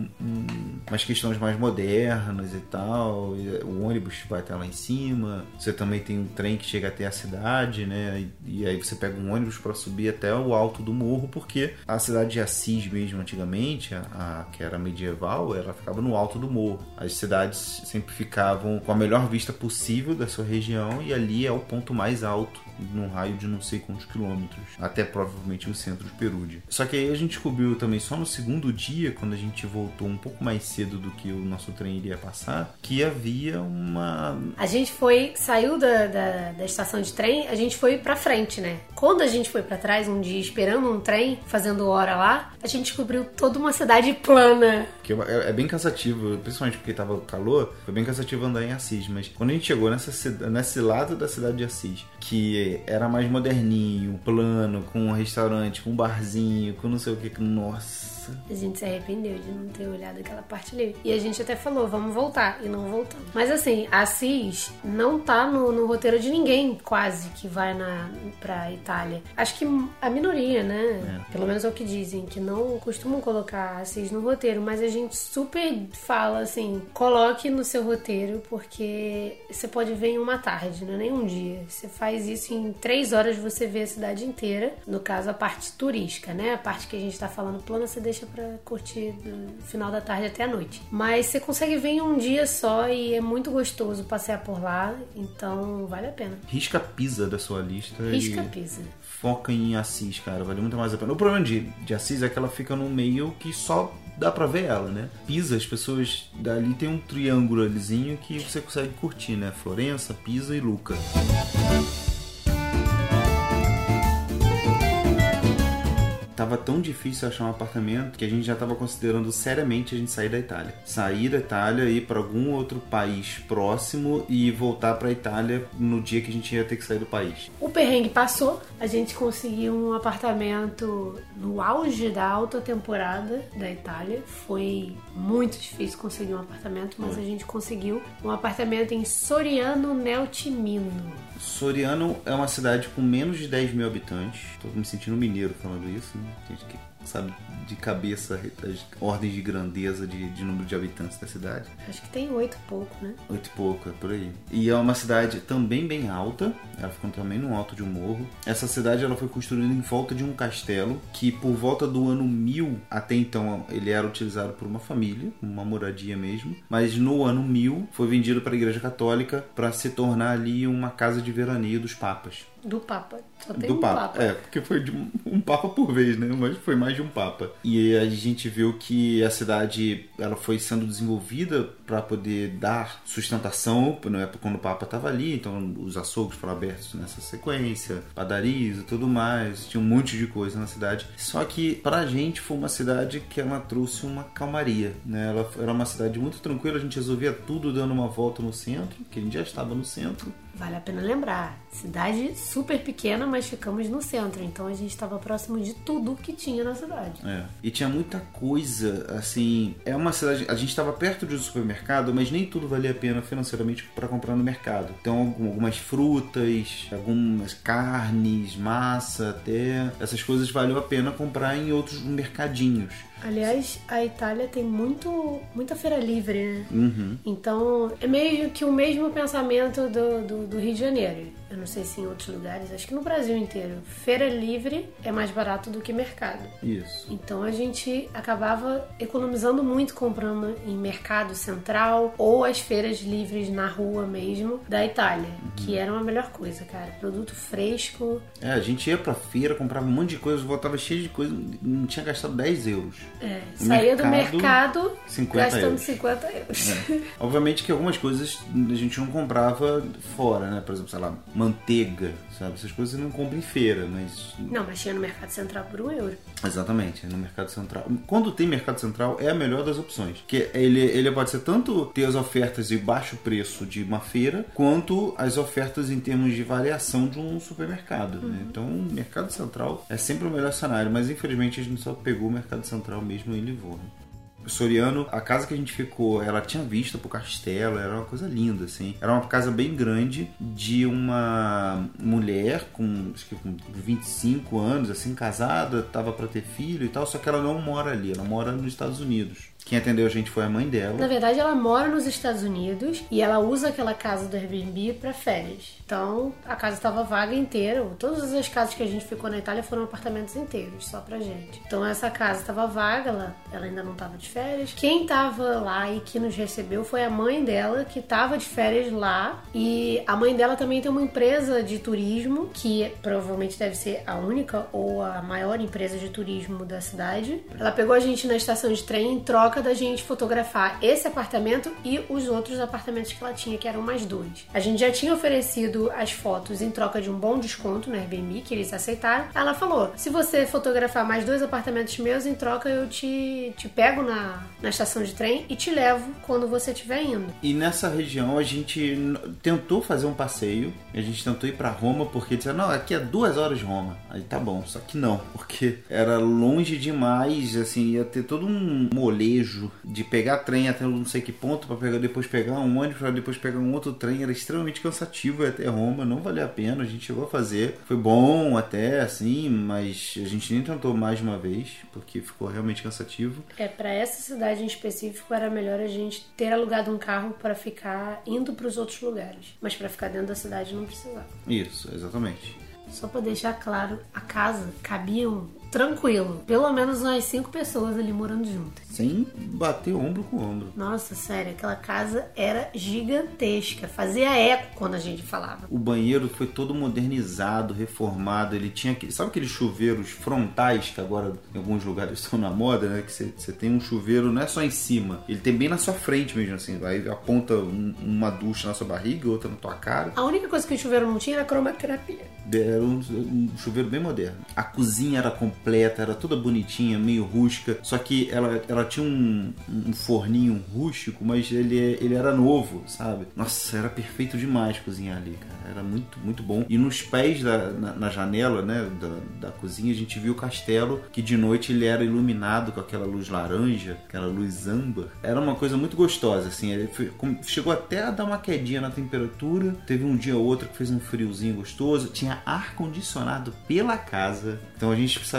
Speaker 1: umas questões mais modernas e tal. E o ônibus vai até lá em cima. Você também tem um trem que chega até a cidade, né? E aí você pega um ônibus para subir até o alto do morro, porque a cidade de Assis mesmo antigamente, a que era medieval, ela ficava no alto do morro. As cidades sempre ficavam com a melhor vista possível da sua região e ali é o ponto mais alto, num raio de não sei quantos quilômetros, até provavelmente o centro de Perugia. Só que aí a gente descobriu também só no segundo dia, quando a gente voltou um pouco mais cedo do que o nosso trem iria passar, que havia uma...
Speaker 2: A gente saiu da estação de trem, a gente foi pra frente, né? Quando a gente foi pra trás, um dia esperando um trem, fazendo hora lá, a gente descobriu toda uma cidade plana.
Speaker 1: Que é bem cansativo, principalmente porque tava calor, foi bem cansativo andar em Assis, mas quando a gente chegou nesse lado da cidade de Assis, que era mais moderninho, plano, com um restaurante, com um barzinho, com não sei o que, nossa...
Speaker 2: A gente se arrependeu de não ter olhado aquela parte ali. E a gente até falou, vamos voltar. E não voltamos. Mas assim, Assis não tá no roteiro de ninguém, quase, que vai pra Itália. Acho que a minoria, né? Pelo menos é o que dizem, que não costumam colocar Assis no roteiro. Mas a gente super fala assim, coloque no seu roteiro, porque você pode ver em uma tarde, não é nem um dia. Você faz isso em 3 horas, você vê a cidade inteira. No caso, a parte turística, né? A parte que a gente tá falando plana, você deixa pra curtir do final da tarde até a noite. Mas você consegue ver em um dia só e é muito gostoso passear por lá, então vale a pena.
Speaker 1: Risca Pisa da sua lista.
Speaker 2: Risca
Speaker 1: e
Speaker 2: Pisa.
Speaker 1: Foca em Assis, cara, vale muito mais a pena. O problema de Assis é que ela fica no meio que só dá pra ver ela, né? Pisa, as pessoas dali tem um triângulo alizinho que você consegue curtir, né? Florença, Pisa e Lucca. Tava tão difícil achar um apartamento que a gente já tava considerando seriamente a gente sair da Itália. Sair da Itália, ir para algum outro país próximo e voltar pra Itália no dia que a gente ia ter que sair do país.
Speaker 2: O perrengue passou, a gente conseguiu um apartamento no auge da alta temporada da Itália. Foi muito difícil conseguir um apartamento, mas a gente conseguiu um apartamento em Soriano Neltimino.
Speaker 1: Soriano é uma cidade com menos de 10 mil habitantes. Tô me sentindo mineiro falando isso, né? sabe de cabeça as ordens de grandeza de número de habitantes da cidade.
Speaker 2: Acho que tem 8 e pouco, né?
Speaker 1: 8 e pouco, é por aí. E é uma cidade também bem alta, ela ficou também no alto de um morro. Essa cidade ela foi construída em volta de um castelo que por volta do ano 1000, até então ele era utilizado por uma família, uma moradia mesmo, mas no ano 1000 foi vendido para a Igreja Católica para se tornar ali uma casa de veraneio dos papas.
Speaker 2: Do Papa. Só tem
Speaker 1: do
Speaker 2: um
Speaker 1: Papa. É, porque foi de um Papa por vez, né? Mas foi mais de um Papa. E a gente viu que a cidade ela foi sendo desenvolvida para poder dar sustentação, na época quando o Papa estava ali, então os açougues foram abertos nessa sequência, padarias e tudo mais, tinha um monte de coisa na cidade. Só que pra gente foi uma cidade que ela trouxe uma calmaria, né? Ela era uma cidade muito tranquila, a gente resolvia tudo dando uma volta no centro, que a gente já estava no centro.
Speaker 2: Vale a pena lembrar, cidade super pequena, mas ficamos no centro, então a gente estava próximo de tudo que tinha na cidade.
Speaker 1: É. E tinha muita coisa, assim, é uma cidade, a gente estava perto de um supermercado, mas nem tudo valia a pena financeiramente para comprar no mercado. Então algumas frutas, algumas carnes, massa até, essas coisas valeu a pena comprar em outros mercadinhos.
Speaker 2: Aliás, a Itália tem muita feira livre, né?
Speaker 1: Uhum.
Speaker 2: Então, é meio que o mesmo pensamento do Rio de Janeiro. Eu não sei se em outros lugares, acho que no Brasil inteiro. Feira livre é mais barato do que mercado.
Speaker 1: Isso.
Speaker 2: Então a gente acabava economizando muito comprando em mercado central ou as feiras livres na rua mesmo da Itália, que era uma melhor coisa, cara. Produto fresco.
Speaker 1: É, a gente ia pra feira, comprava um monte de coisa, voltava cheio de coisa, não tinha gastado 10 euros.
Speaker 2: É, saía do mercado
Speaker 1: 50
Speaker 2: gastando
Speaker 1: euros.
Speaker 2: 50 euros.
Speaker 1: É. Obviamente que algumas coisas a gente não comprava fora, né? Por exemplo, sei lá, manteiga, sabe? Essas coisas você não compra em feira, mas...
Speaker 2: Não, mas tinha no Mercado Central por €1.
Speaker 1: Exatamente, no Mercado Central. Quando tem Mercado Central, é a melhor das opções. Porque ele pode ser tanto ter as ofertas de baixo preço de uma feira, quanto as ofertas em termos de variação de um supermercado. Né? Então, o Mercado Central é sempre o melhor cenário, mas infelizmente a gente só pegou o Mercado Central mesmo em Livorno. Soriano, a casa que a gente ficou, ela tinha vista pro castelo, era uma coisa linda, assim. Era uma casa bem grande de uma mulher acho que com 25 anos, assim, casada, tava pra ter filho e tal, só que ela não mora ali, ela mora nos Estados Unidos. Quem atendeu a gente foi a mãe dela.
Speaker 2: Na verdade, ela mora nos Estados Unidos e ela usa aquela casa do Airbnb para férias. Então, a casa estava vaga inteira. Todas as casas que a gente ficou na Itália foram apartamentos inteiros, só pra gente. Então, essa casa estava vaga, ela ainda não estava de férias. Quem estava lá e que nos recebeu foi a mãe dela, que estava de férias lá. E a mãe dela também tem uma empresa de turismo, que provavelmente deve ser a única ou a maior empresa de turismo da cidade. Ela pegou a gente na estação de trem em troca da gente fotografar esse apartamento e os outros apartamentos que ela tinha, que eram mais 2. A gente já tinha oferecido as fotos em troca de um bom desconto no Airbnb, que eles aceitaram. Ela falou, se você fotografar mais 2 apartamentos meus, em troca eu te pego na estação de trem e te levo quando você estiver indo.
Speaker 1: E nessa região a gente tentou fazer um passeio, a gente tentou ir pra Roma, porque disseram, não, aqui é 2 horas de Roma. Aí tá bom, só que não, porque era longe demais, assim, ia ter todo um molejo de pegar trem até não sei que ponto para depois pegar um ônibus, para depois pegar um outro trem, era extremamente cansativo até Roma, não valia a pena, a gente chegou a fazer, foi bom até assim, mas a gente nem tentou mais de uma vez, porque ficou realmente cansativo.
Speaker 2: Para essa cidade em específico era melhor a gente ter alugado um carro para ficar indo para os outros lugares, mas para ficar dentro da cidade não precisava.
Speaker 1: Isso, exatamente.
Speaker 2: Só para deixar claro, a casa cabiam tranquilo, pelo menos umas 5 pessoas ali morando juntas.
Speaker 1: Sem bater ombro com ombro.
Speaker 2: Nossa, sério, aquela casa era gigantesca, fazia eco quando a gente falava.
Speaker 1: O banheiro foi todo modernizado, reformado, ele tinha, sabe aqueles chuveiros frontais que agora em alguns lugares estão na moda, né? Que você tem um chuveiro, não é só em cima, ele tem bem na sua frente mesmo, assim, aí aponta uma ducha na sua barriga, outra na tua cara.
Speaker 2: A única coisa que o chuveiro não tinha era cromaterapia.
Speaker 1: Era um chuveiro bem moderno. A cozinha era completa, era toda bonitinha, meio rústica, só que ela tinha um forninho rústico, mas ele era novo, sabe? Nossa, era perfeito demais cozinhar ali, cara. Era muito, muito bom. E nos pés na janela, né, da cozinha, a gente viu o castelo, que de noite ele era iluminado com aquela luz laranja, aquela luz âmbar. Era uma coisa muito gostosa, assim. Ele chegou até a dar uma quedinha na temperatura. Teve um dia ou outro que fez um friozinho gostoso. Tinha ar-condicionado pela casa. Então a gente saiu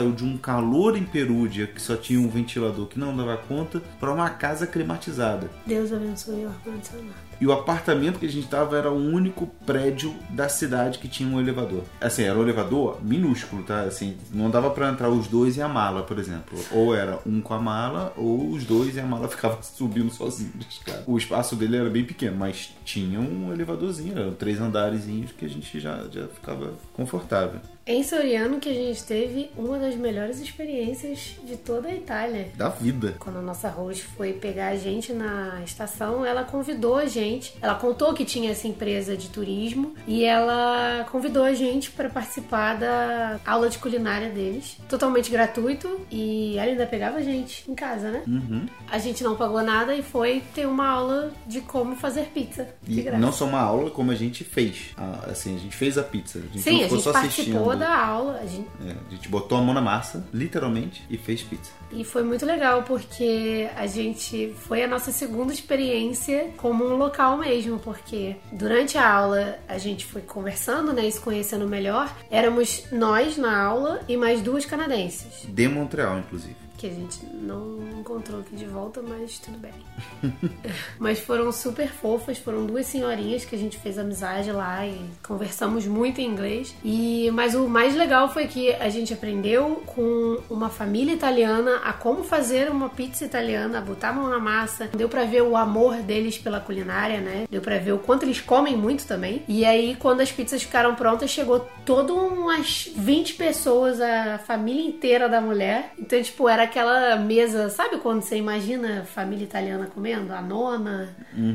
Speaker 1: saiu de um calor em Perúdia, que só tinha um ventilador que não dava conta, para uma casa climatizada.
Speaker 2: Deus abençoe o ar-condicionado.
Speaker 1: E o apartamento que a gente tava era o único prédio da cidade que tinha um elevador. Assim, era um elevador minúsculo, tá? Assim, não dava pra entrar os dois e a mala, por exemplo. Ou era um com a mala, ou os dois e a mala ficava subindo sozinhos, cara. O espaço dele era bem pequeno, mas tinha um elevadorzinho, eram 3 andarezinhos que a gente já ficava confortável.
Speaker 2: Em Soriano que a gente teve uma das melhores experiências de toda a Itália.
Speaker 1: Da vida.
Speaker 2: Quando a nossa host foi pegar a gente na estação, ela convidou a gente. Ela contou que tinha essa empresa de turismo e ela convidou a gente para participar da aula de culinária deles. Totalmente gratuito e ela ainda pegava a gente em casa, né?
Speaker 1: Uhum.
Speaker 2: A gente não pagou nada e foi ter uma aula de como fazer pizza.
Speaker 1: E não só uma aula, como a gente fez. Assim, a gente fez a pizza. A gente
Speaker 2: Sim,
Speaker 1: não ficou
Speaker 2: a gente
Speaker 1: só
Speaker 2: participou
Speaker 1: assistindo.
Speaker 2: da aula.
Speaker 1: A gente botou a mão na massa, literalmente, e fez pizza.
Speaker 2: E foi muito legal, porque a gente foi a nossa segunda experiência como um local mesmo, porque durante a aula a gente foi conversando, né, e se conhecendo melhor. Éramos nós na aula e mais 2 canadenses.
Speaker 1: De Montreal, inclusive.
Speaker 2: Que a gente não encontrou aqui de volta, mas tudo bem. Mas foram super fofas, foram 2 senhorinhas que a gente fez amizade lá e conversamos muito em inglês. Mas o mais legal foi que a gente aprendeu com uma família italiana a como fazer uma pizza italiana, a botar a mão na massa. Deu pra ver o amor deles pela culinária, né? Deu pra ver o quanto eles comem muito também. E aí, quando as pizzas ficaram prontas, chegou todas umas 20 pessoas, a família inteira da mulher. Então, tipo, era aquela mesa, sabe quando você imagina a família italiana comendo? A nona,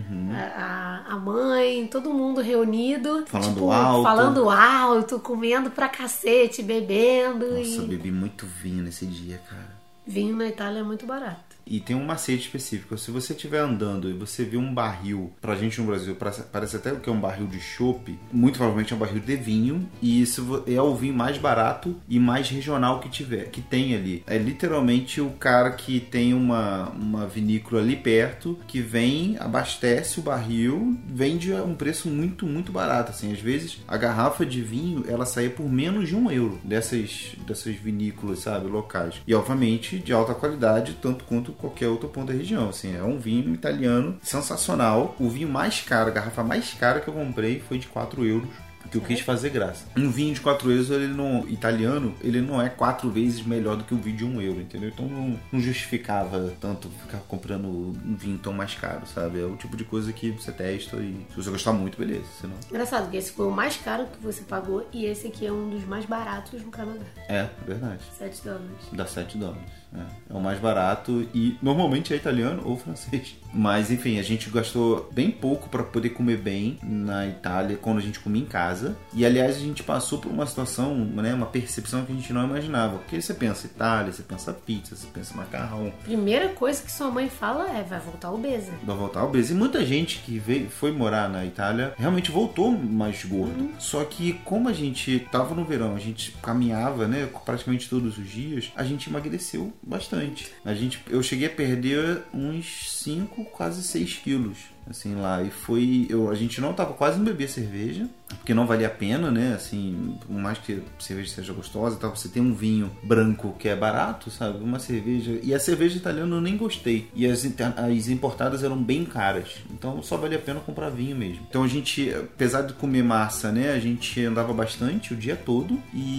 Speaker 2: a mãe, todo mundo reunido. Falando alto, comendo pra cacete, bebendo.
Speaker 1: Nossa, eu bebi muito vinho nesse dia, cara.
Speaker 2: Vinho na Itália é muito barato.
Speaker 1: E tem um macete específico. Se você estiver andando e você vê um barril, pra gente no Brasil parece até que é um barril de chopp, muito provavelmente é um barril de vinho, e isso é o vinho mais barato e mais regional que tem ali. É literalmente o cara que tem uma vinícola ali perto, que vem, abastece o barril, vende a um preço muito, muito barato. Assim, às vezes a garrafa de vinho ela saía por menos de €1 dessas vinícolas, sabe, locais. E obviamente de alta qualidade, tanto quanto qualquer outro ponto da região, assim, é um vinho italiano sensacional. O vinho mais caro, a garrafa mais cara que eu comprei foi de €4, que eu quis fazer graça. Um vinho de €4, italiano, ele não é 4 vezes melhor do que o vinho de €1, entendeu? Então não justificava tanto ficar comprando um vinho tão mais caro, sabe? É o tipo de coisa que você testa e se você gostar muito, beleza. Senão...
Speaker 2: Engraçado, porque esse foi o mais caro que você pagou e esse aqui é um dos mais baratos no Canadá.
Speaker 1: É, verdade.
Speaker 2: $7.
Speaker 1: Dá $7. É o mais barato e normalmente é italiano ou francês. Mas enfim, a gente gastou bem pouco para poder comer bem na Itália quando a gente comia em casa. E aliás, a gente passou por uma situação, né, uma percepção que a gente não imaginava. Porque você pensa Itália, você pensa pizza, você pensa macarrão.
Speaker 2: Primeira coisa que sua mãe fala é: vai voltar obesa.
Speaker 1: Vai voltar obesa. E muita gente que foi morar na Itália realmente voltou mais gordo. Só que como a gente tava no verão, a gente caminhava, né, praticamente todos os dias, a gente emagreceu bastante. Eu cheguei a perder uns 5, quase 6 quilos, assim, lá. E a gente não tava quase não bebia cerveja, porque não valia a pena, né? Assim, por mais que a cerveja seja gostosa e tal, você tem um vinho branco que é barato, sabe? Uma cerveja... E a cerveja italiana eu nem gostei. E as importadas eram bem caras. Então só valia a pena comprar vinho mesmo. Então a gente, apesar de comer massa, né? A gente andava bastante o dia todo.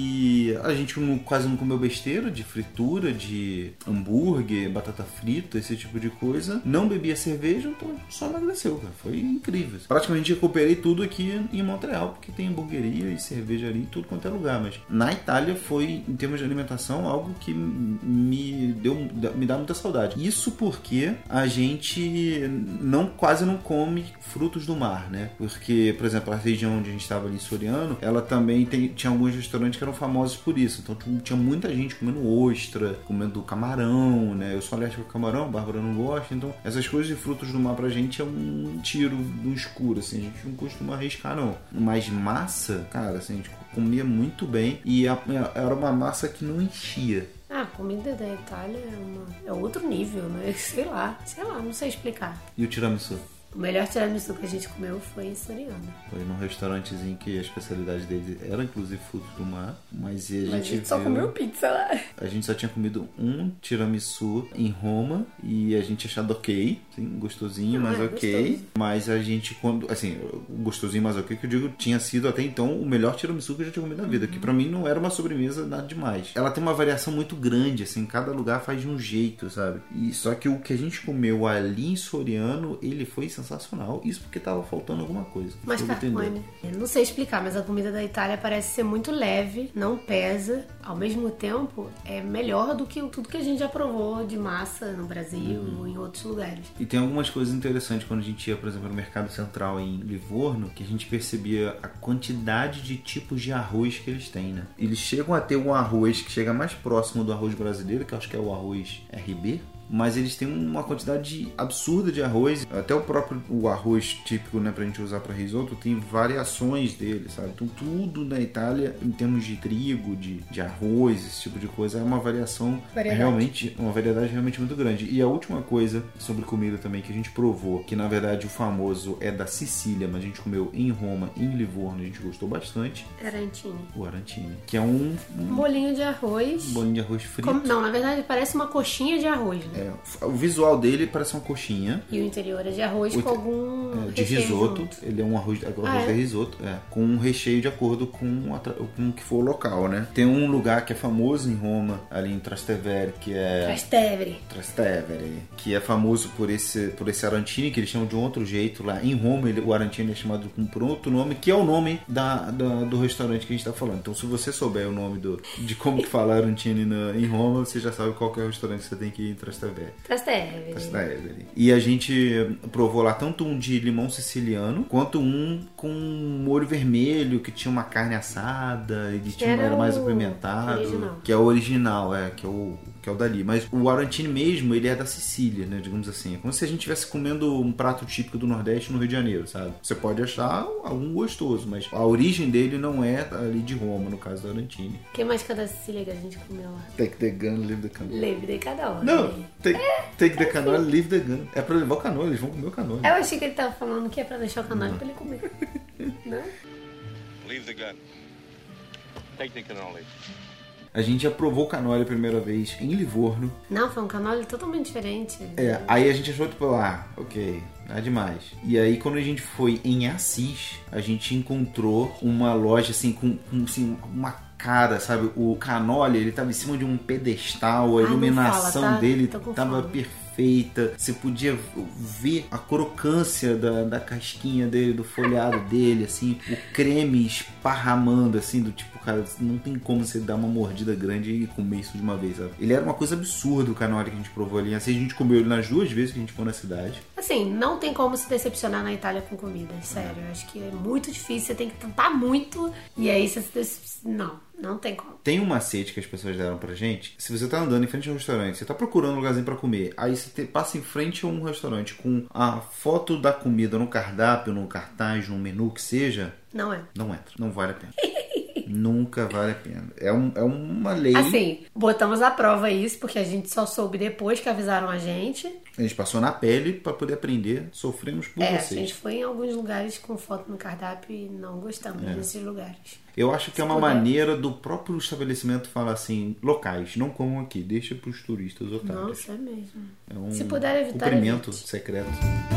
Speaker 1: E a gente quase não comeu besteira de fritura, de hambúrguer, batata frita, esse tipo de coisa. Não bebia cerveja, então só emagreceu, cara. Foi incrível. Praticamente recuperei tudo aqui em Montreal, porque tem hamburgueria e cervejaria em tudo quanto é lugar, mas na Itália foi, em termos de alimentação, algo que me dá muita saudade. Isso porque a gente quase não come frutos do mar, né? Porque, por exemplo, a região onde a gente estava ali em Soriano, ela também tinha alguns restaurantes que eram famosos por isso. Então tinha muita gente comendo ostra, comendo camarão, né? Eu sou alérgico ao camarão, a Bárbara não gosta, então essas coisas de frutos do mar pra gente é um tiro no escuro, assim, a gente não costuma arriscar, não. Mas massa, cara, assim, a gente comia muito bem e era uma massa que não enchia.
Speaker 2: A comida da Itália é outro nível, né? Sei lá, não sei explicar.
Speaker 1: E o tiramisu?
Speaker 2: O melhor tiramisu que a gente comeu foi em Soriano.
Speaker 1: Foi num restaurantezinho que a especialidade dele era inclusive frutos do mar, mas a gente
Speaker 2: só comeu pizza lá.
Speaker 1: A gente só tinha comido um tiramisu em Roma e a gente achado ok, sim, gostosinho, mas ok.
Speaker 2: Gostoso.
Speaker 1: Mas a gente, quando, assim, gostosinho, mas ok, que eu digo, tinha sido até então o melhor tiramisu que eu já tinha comido na vida, que pra mim não era uma sobremesa nada demais. Ela tem uma variação muito grande, assim, cada lugar faz de um jeito, sabe? E só que o que a gente comeu ali em Soriano, ele foi sensacional. Isso porque tava faltando alguma coisa.
Speaker 2: Mascarpone. Eu não sei explicar, mas a comida da Itália parece ser muito leve, não pesa. Ao mesmo tempo, é melhor do que tudo que a gente já provou de massa no Brasil ou em outros lugares.
Speaker 1: E tem algumas coisas interessantes quando a gente ia, por exemplo, no Mercado Central em Livorno, que a gente percebia a quantidade de tipos de arroz que eles têm, né? Eles chegam a ter um arroz que chega mais próximo do arroz brasileiro, que eu acho que é o arroz RB, mas eles têm uma quantidade absurda de arroz. Até o arroz típico, né, pra gente usar para risoto, tem variações dele, sabe? Então tudo na Itália, em termos de trigo, de arroz, esse tipo de coisa, é uma variação realmente, uma variedade realmente muito grande. E a última coisa sobre comida também que a gente provou, que na verdade o famoso é da Sicília, mas a gente comeu em Roma, em Livorno, a gente gostou bastante.
Speaker 2: Arantini.
Speaker 1: O arantini, que é um
Speaker 2: bolinho de arroz.
Speaker 1: Bolinho de arroz frito.
Speaker 2: Não, na verdade parece uma coxinha de arroz, né?
Speaker 1: O visual dele parece uma coxinha.
Speaker 2: E o interior é de arroz com algum
Speaker 1: de risoto.
Speaker 2: Junto.
Speaker 1: Ele é um arroz de risoto. Com um recheio de acordo com o que for o local, né? Tem um lugar que é famoso em Roma, ali em Trastevere, que é... Trastevere. Que é famoso por esse arantini, que eles chamam de um outro jeito lá. Em Roma, o arantini é chamado por outro nome, que é o nome do restaurante que a gente tá falando. Então, se você souber o nome de como que fala arantini em Roma, você já sabe qual que é o restaurante que você tem que ir em Trastevere. Trastevere. E a gente provou lá tanto um de limão siciliano, quanto um com molho vermelho, que tinha uma carne assada, ele era mais apimentado.
Speaker 2: Original.
Speaker 1: Que é o original, que é o dali. Mas o arantini mesmo, ele é da Sicília, né? Digamos assim. É como se a gente estivesse comendo um prato típico do Nordeste no Rio de Janeiro, sabe? Você pode achar algum gostoso, mas a origem dele não é ali de Roma, no caso do arantini.
Speaker 2: O que mais que é da Sicília que a gente comeu lá?
Speaker 1: Take the gun, leave the canoe.
Speaker 2: Leave the canoe.
Speaker 1: Não, take the canoe, leave the gun. É pra levar o canoe, eles vão comer o canoe.
Speaker 2: Eu achei que ele tava falando que é pra deixar o canoe pra ele comer. Não?
Speaker 3: Leave the gun. Take the cannoli.
Speaker 1: A gente já provou cannoli a primeira vez em Livorno.
Speaker 2: Não, foi um cannoli totalmente diferente.
Speaker 1: Aí a gente achou, tipo, ok, nada demais. E aí, quando a gente foi em Assis, a gente encontrou uma loja, assim, com assim, uma cara, sabe? O cannoli, ele tava em cima de um pedestal, a iluminação dele tava perfeita. Você podia ver a crocância da casquinha dele, do folhado dele, assim, o creme esparramando, assim, do tipo, cara, não tem como você dar uma mordida grande e comer isso de uma vez, sabe? Ele era uma coisa absurda, o cannoli que a gente provou ali. Assim, a gente comeu ele nas 2 vezes que a gente foi na cidade.
Speaker 2: Assim, não tem como se decepcionar na Itália com comida, sério. Eu acho que é muito difícil, você tem que tentar muito e aí você se Não tem como.
Speaker 1: Tem um macete que as pessoas deram pra gente. Se você tá andando em frente a um restaurante, você tá procurando um lugarzinho pra comer, aí você passa em frente a um restaurante com a foto da comida no cardápio, no cartaz, no menu que seja...
Speaker 2: Não entra.
Speaker 1: Não vale a pena. Nunca vale a pena. É uma lei.
Speaker 2: Assim, botamos à prova isso, porque a gente só soube depois que avisaram a gente.
Speaker 1: A gente passou na pele pra poder aprender. Sofremos por vocês.
Speaker 2: A gente foi em alguns lugares com foto no cardápio e não gostamos desses lugares.
Speaker 1: Eu acho que é uma maneira do próprio estabelecimento falar assim, locais, não comam aqui, deixa pros turistas otários.
Speaker 2: Nossa, é mesmo.
Speaker 1: É um
Speaker 2: Se puder evitar,
Speaker 1: cumprimento secreto.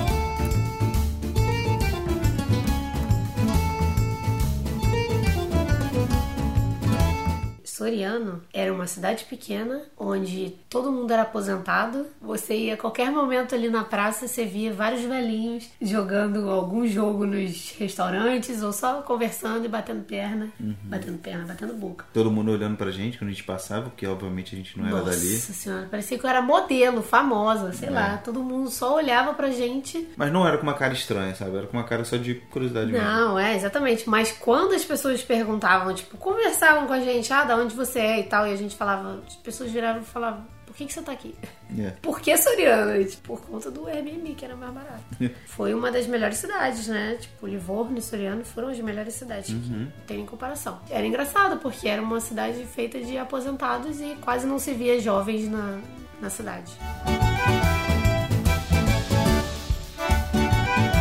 Speaker 2: Soriano era uma cidade pequena, onde todo mundo era aposentado. Você ia a qualquer momento ali na praça, você via vários velhinhos jogando algum jogo nos restaurantes, ou só conversando e batendo perna, batendo boca.
Speaker 1: Todo mundo olhando pra gente quando a gente passava, porque obviamente a gente não era dali.
Speaker 2: Nossa senhora, parecia que eu era modelo, famosa, sei lá. Todo mundo só olhava pra gente.
Speaker 1: Mas não era com uma cara estranha, sabe? Era com uma cara só de curiosidade mesmo.
Speaker 2: Não, exatamente. Mas quando as pessoas perguntavam, tipo, conversavam com a gente, da onde você é e tal, e a gente falava, as pessoas viravam e falavam, por que você tá aqui? Por que Soriano? Por conta do Airbnb, que era mais barato. Foi uma das melhores cidades, né? Tipo, Livorno e Soriano foram as melhores cidades que tem em comparação. Era engraçado, porque era uma cidade feita de aposentados e quase não se via jovens na cidade.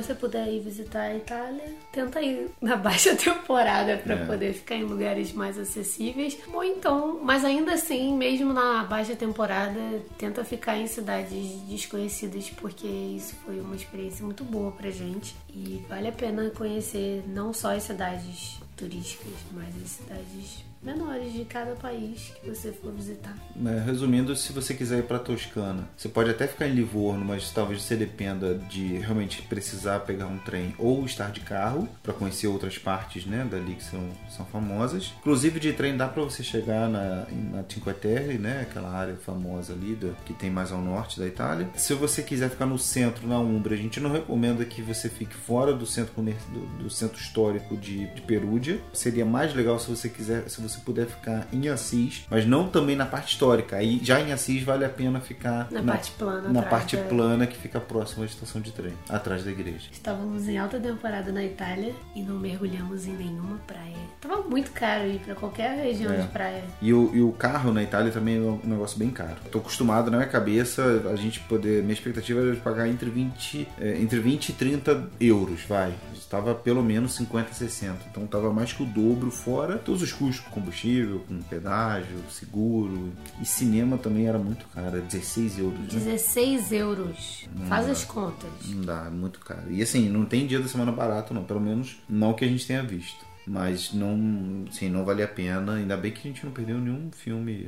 Speaker 2: você puder ir visitar a Itália, tenta ir na baixa temporada para poder ficar em lugares mais acessíveis. Ou então, mas ainda assim, mesmo na baixa temporada, tenta ficar em cidades desconhecidas, porque isso foi uma experiência muito boa pra gente. E vale a pena conhecer não só as cidades turísticas, mas as cidades menores de cada país que você for visitar.
Speaker 1: Resumindo, se você quiser ir para Toscana, você pode até ficar em Livorno, mas talvez você dependa de realmente precisar pegar um trem ou estar de carro para conhecer outras partes, né, dali que são famosas. Inclusive de trem dá para você chegar na Cinque Terre, né, aquela área famosa ali que tem mais ao norte da Itália. Se você quiser ficar no centro, na Umbria, a gente não recomenda que você fique fora do centro do centro histórico de Perugia. Seria mais legal se você puder ficar em Assis, mas não também na parte histórica. Aí já em Assis vale a pena ficar
Speaker 2: na parte plana.
Speaker 1: Na parte plana que fica próxima à estação de trem, atrás da igreja.
Speaker 2: Estávamos em alta temporada na Itália e não mergulhamos em nenhuma praia. Tava muito caro ir pra qualquer região de praia.
Speaker 1: E o carro na Itália também é um negócio bem caro. Tô acostumado, na minha cabeça, minha expectativa era de pagar entre 20 e 30 euros, vai. Estava pelo menos 50, 60. Então tava mais que o dobro, fora todos os custos, combustível, com pedágio, seguro. E cinema também era muito caro, 16 euros. Né?
Speaker 2: 16 euros. Faz as contas.
Speaker 1: Não dá, muito caro. E assim, não tem dia da semana barato não, pelo menos não que a gente tenha visto. Mas não vale a pena, ainda bem que a gente não perdeu nenhum filme.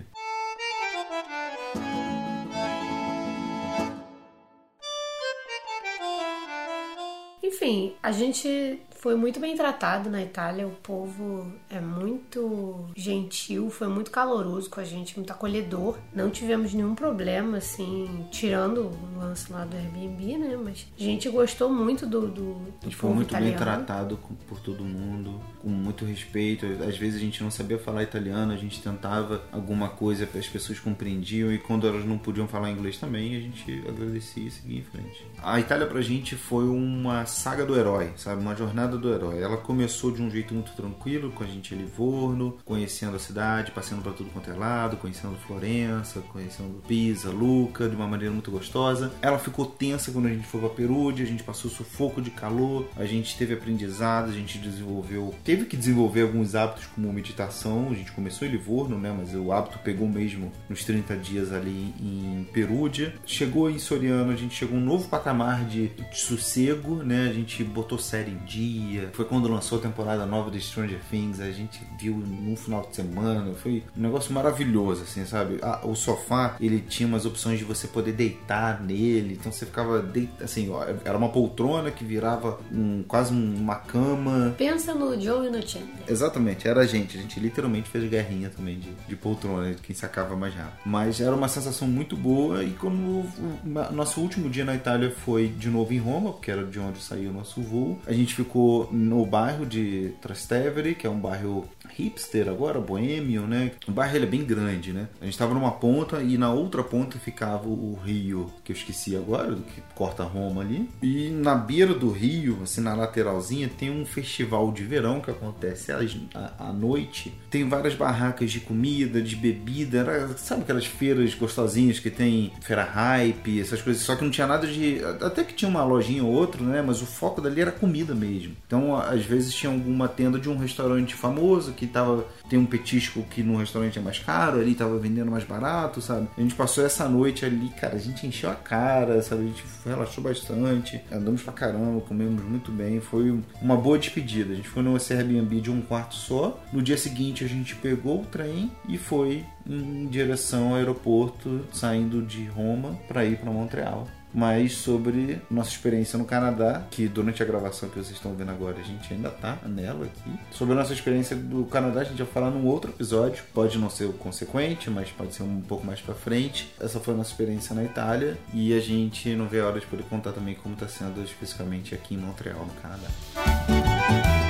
Speaker 2: Enfim, a gente foi muito bem tratado na Itália, o povo é muito gentil, foi muito caloroso com a gente, muito acolhedor. Não tivemos nenhum problema, assim, tirando o lance lá do Airbnb, né? Mas a gente gostou muito do
Speaker 1: A gente foi muito
Speaker 2: italiano.
Speaker 1: bem tratado por todo mundo, com muito respeito. Às vezes a gente não sabia falar italiano, a gente tentava alguma coisa, as pessoas compreendiam, e quando elas não podiam falar inglês também, a gente agradecia e seguia em frente. A Itália pra gente foi uma saga do herói, sabe? Uma jornada do herói. Ela começou de um jeito muito tranquilo, com a gente em Livorno, conhecendo a cidade, passeando para tudo quanto é lado, conhecendo Florença, conhecendo Pisa, Lucca, de uma maneira muito gostosa. Ela ficou tensa quando a gente foi para Perugia, a gente passou sufoco de calor, a gente teve aprendizado, a gente teve que desenvolver alguns hábitos como meditação. A gente começou em Livorno, né? Mas o hábito pegou mesmo nos 30 dias ali em Perugia. Chegou em Soriano, a gente chegou a um novo patamar de sossego, né? A gente botou série em dia. Foi quando lançou a temporada nova de Stranger Things, a gente viu num final de semana. Foi um negócio maravilhoso, assim, sabe? O sofá, ele tinha umas opções de você poder deitar nele, então você ficava assim, ó, era uma poltrona que virava quase uma cama.
Speaker 2: Pensa no Joe e no Chandler.
Speaker 1: Exatamente, era a gente literalmente fez guerrinha também de poltrona, de quem sacava mais rápido. Mas era uma sensação muito boa. E quando nosso último dia na Itália foi de novo em Roma, porque era de onde saiu o nosso voo, a gente ficou no bairro de Trastevere, que é um bairro hipster agora, boêmio, né? O bairro ele é bem grande, né? A gente estava numa ponta e na outra ponta ficava o rio, que eu esqueci agora, que corta Roma ali. E na beira do rio, assim, na lateralzinha, tem um festival de verão que acontece à noite. Tem várias barracas de comida, de bebida, sabe aquelas feiras gostosinhas que tem feira hype, essas coisas, só que não tinha nada de... Até que tinha uma lojinha ou outra, né? Mas o foco dali era comida mesmo. Então, às vezes tinha alguma tenda de um restaurante famoso que tem um petisco que no restaurante é mais caro, ali tava vendendo mais barato, sabe? A gente passou essa noite ali, cara, a gente encheu a cara, sabe? A gente relaxou bastante, andamos pra caramba, comemos muito bem, foi uma boa despedida. A gente foi num Airbnb de um quarto só. No dia seguinte a gente pegou o trem e foi em direção ao aeroporto, saindo de Roma para ir para Montreal. Mas sobre nossa experiência no Canadá, que durante a gravação que vocês estão vendo agora a gente ainda tá nela aqui. Sobre a nossa experiência do Canadá a gente vai falar num outro episódio. Pode não ser o consequente, mas pode ser um pouco mais pra frente. Essa foi a nossa experiência na Itália e a gente não vê a hora de poder contar também como tá sendo especificamente aqui em Montreal, no Canadá.